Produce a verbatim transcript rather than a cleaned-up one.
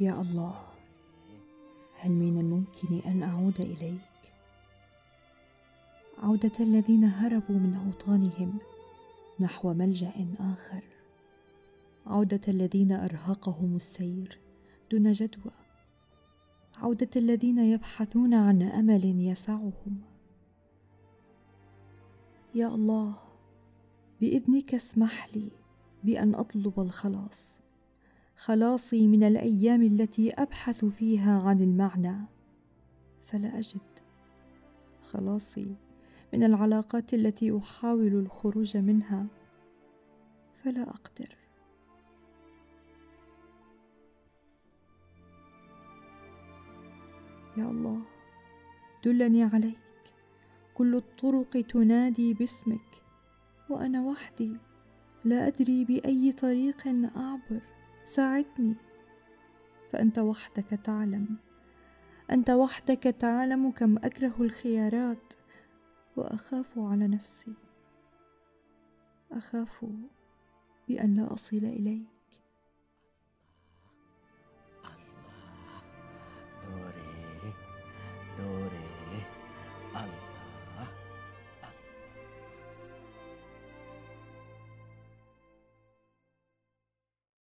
يا الله، هل من الممكن أن أعود إليك؟ عودة الذين هربوا من أوطانهم نحو ملجأ آخر، عودة الذين أرهقهم السير دون جدوى، عودة الذين يبحثون عن أمل يسعهم. يا الله، بإذنك اسمح لي بأن أطلب الخلاص، خلاصي من الأيام التي أبحث فيها عن المعنى فلا أجد، خلاصي من العلاقات التي أحاول الخروج منها فلا أقدر. يا الله، دلني عليك، كل الطرق تنادي باسمك وأنا وحدي لا أدري بأي طريق أعبر، ساعدني، فأنت وحدك تعلم، أنت وحدك تعلم كم أكره الخيارات وأخاف على نفسي، أخاف بأن لا أصل إليك.